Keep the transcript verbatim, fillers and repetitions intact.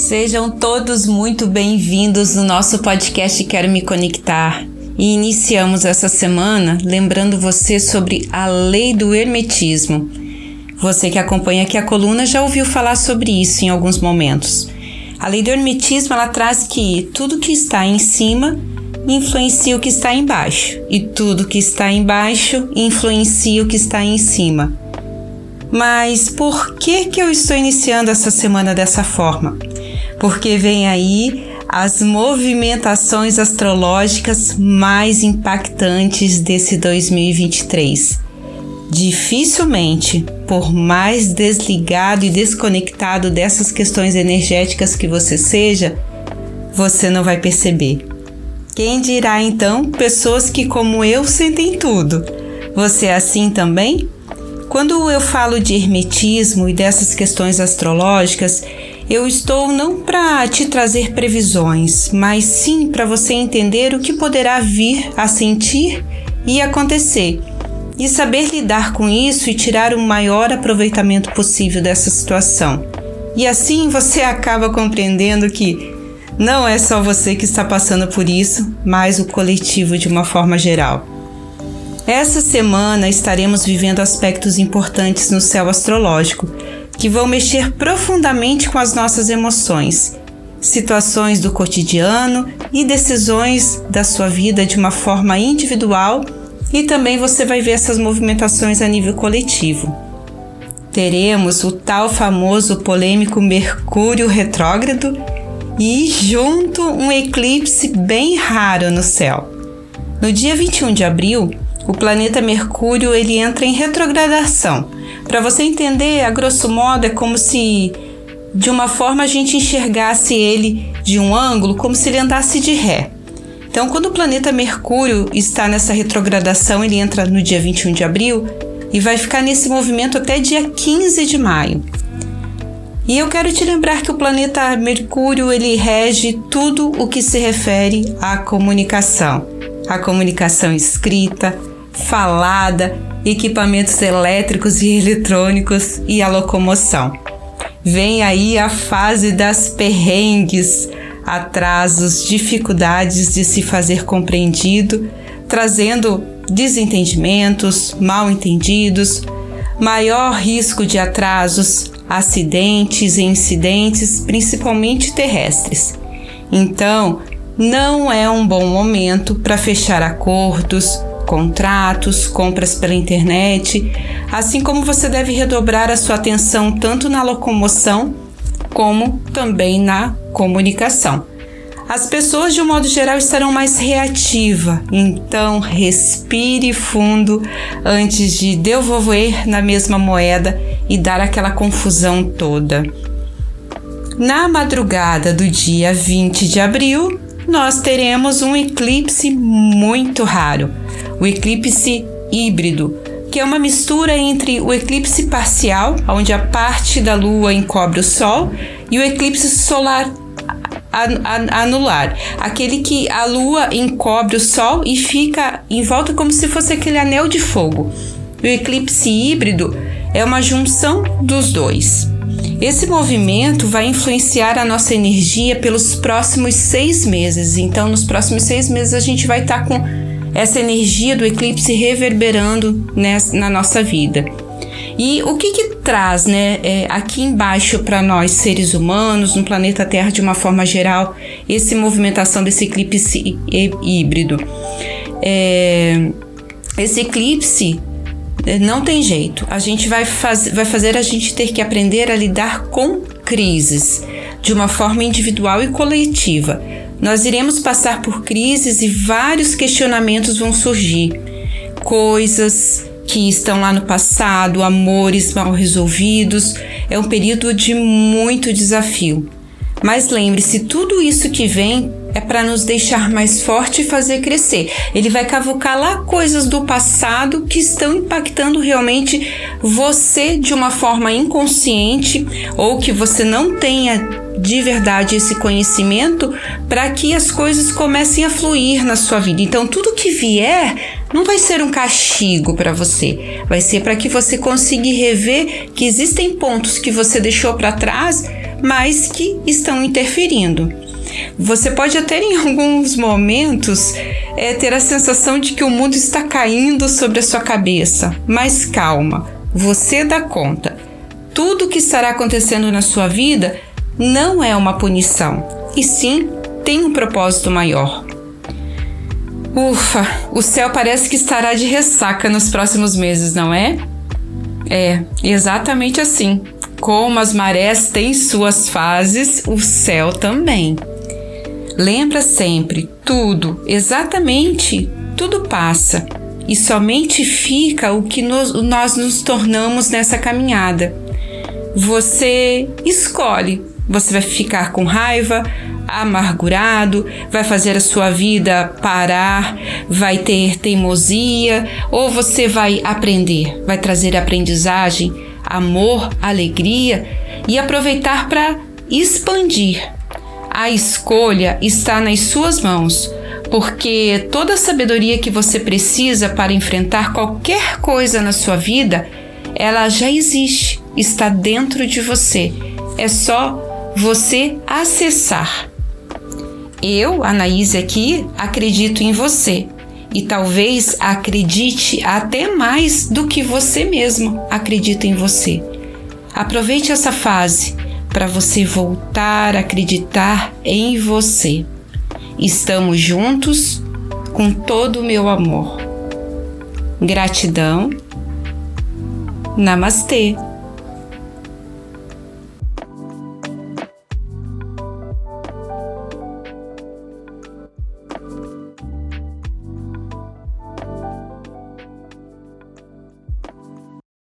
Sejam todos muito bem-vindos no nosso podcast Quero Me Conectar. E iniciamos essa semana lembrando você sobre a lei do hermetismo. Você que acompanha aqui a coluna já ouviu falar sobre isso em alguns momentos. A lei do hermetismo, ela traz que tudo que está em cima influencia o que está embaixo, e tudo que está embaixo influencia o que está em cima. Mas por que que eu estou iniciando essa semana dessa forma? Porque vem aí as movimentações astrológicas mais impactantes desse dois mil e vinte e três. Dificilmente, por mais desligado e desconectado dessas questões energéticas que você seja, você não vai perceber. Quem dirá então pessoas que, como eu, sentem tudo? Você é assim também? Quando eu falo de hermetismo e dessas questões astrológicas, eu estou não para te trazer previsões, mas sim para você entender o que poderá vir a sentir e acontecer, e saber lidar com isso e tirar o maior aproveitamento possível dessa situação. E assim você acaba compreendendo que não é só você que está passando por isso, mas o coletivo de uma forma geral. Essa semana estaremos vivendo aspectos importantes no céu astrológico, que vão mexer profundamente com as nossas emoções, situações do cotidiano e decisões da sua vida de uma forma individual, e também você vai ver essas movimentações a nível coletivo. Teremos o tal famoso polêmico Mercúrio retrógrado e junto um eclipse bem raro no céu. No dia vinte e um de abril, o planeta Mercúrio ele entra em retrogradação. Para você entender, a grosso modo, é como se de uma forma a gente enxergasse ele de um ângulo, como se ele andasse de ré. Então, quando o planeta Mercúrio está nessa retrogradação, ele entra no dia vinte e um de abril e vai ficar nesse movimento até dia quinze de maio. E eu quero te lembrar que o planeta Mercúrio ele rege tudo o que se refere à comunicação. A comunicação escrita, falada, equipamentos elétricos e eletrônicos e a locomoção. Vem aí a fase das perrengues, atrasos, dificuldades de se fazer compreendido, trazendo desentendimentos, mal entendidos, maior risco de atrasos, acidentes e incidentes, principalmente terrestres. Então, não é um bom momento para fechar acordos, contratos, compras pela internet, assim como você deve redobrar a sua atenção tanto na locomoção como também na comunicação. As pessoas, de um modo geral, estarão mais reativas, então respire fundo antes de devolver na mesma moeda e dar aquela confusão toda. Na madrugada do dia vinte de abril, nós teremos um eclipse muito raro, o eclipse híbrido, que é uma mistura entre o eclipse parcial, onde a parte da Lua encobre o Sol, e o eclipse solar anular, aquele que a Lua encobre o Sol e fica em volta como se fosse aquele anel de fogo. O eclipse híbrido é uma junção dos dois. Esse movimento vai influenciar a nossa energia pelos próximos seis meses. Então, nos próximos seis meses, a gente vai estar com essa energia do eclipse reverberando nessa, na nossa vida. E o que que traz, né, é, aqui embaixo para nós, seres humanos, no planeta Terra de uma forma geral, essa movimentação desse eclipse híbrido? É, esse eclipse não tem jeito, a gente vai, faz, vai fazer a gente ter que aprender a lidar com crises de uma forma individual e coletiva. Nós iremos passar por crises e vários questionamentos vão surgir. Coisas que estão lá no passado, amores mal resolvidos, é um período de muito desafio. Mas lembre-se, tudo isso que vem é para nos deixar mais forte e fazer crescer. Ele vai cavucar lá coisas do passado que estão impactando realmente você de uma forma inconsciente ou que você não tenha de verdade esse conhecimento para que as coisas comecem a fluir na sua vida. Então, tudo que vier não vai ser um castigo para você, vai ser para que você consiga rever que existem pontos que você deixou para trás mas que estão interferindo. Você pode até em alguns momentos é, ter a sensação de que o mundo está caindo sobre a sua cabeça, mas calma, você dá conta. Tudo que estará acontecendo na sua vida não é uma punição, e sim tem um propósito maior. Ufa, o céu parece que estará de ressaca nos próximos meses, não é? É, exatamente assim. Como as marés têm suas fases, o céu também. Lembra sempre, tudo, exatamente, tudo passa. E somente fica o que nos, nós nos tornamos nessa caminhada. Você escolhe. Você vai ficar com raiva, amargurado, vai fazer a sua vida parar, vai ter teimosia, ou você vai aprender, vai trazer aprendizagem, amor, alegria e aproveitar para expandir. A escolha está nas suas mãos, porque toda a sabedoria que você precisa para enfrentar qualquer coisa na sua vida, ela já existe, está dentro de você. É só você acessar. Eu, Anaíse aqui, acredito em você e talvez acredite até mais do que você mesmo acredita em você. Aproveite essa fase para você voltar a acreditar em você. Estamos juntos com todo o meu amor. Gratidão. Namastê.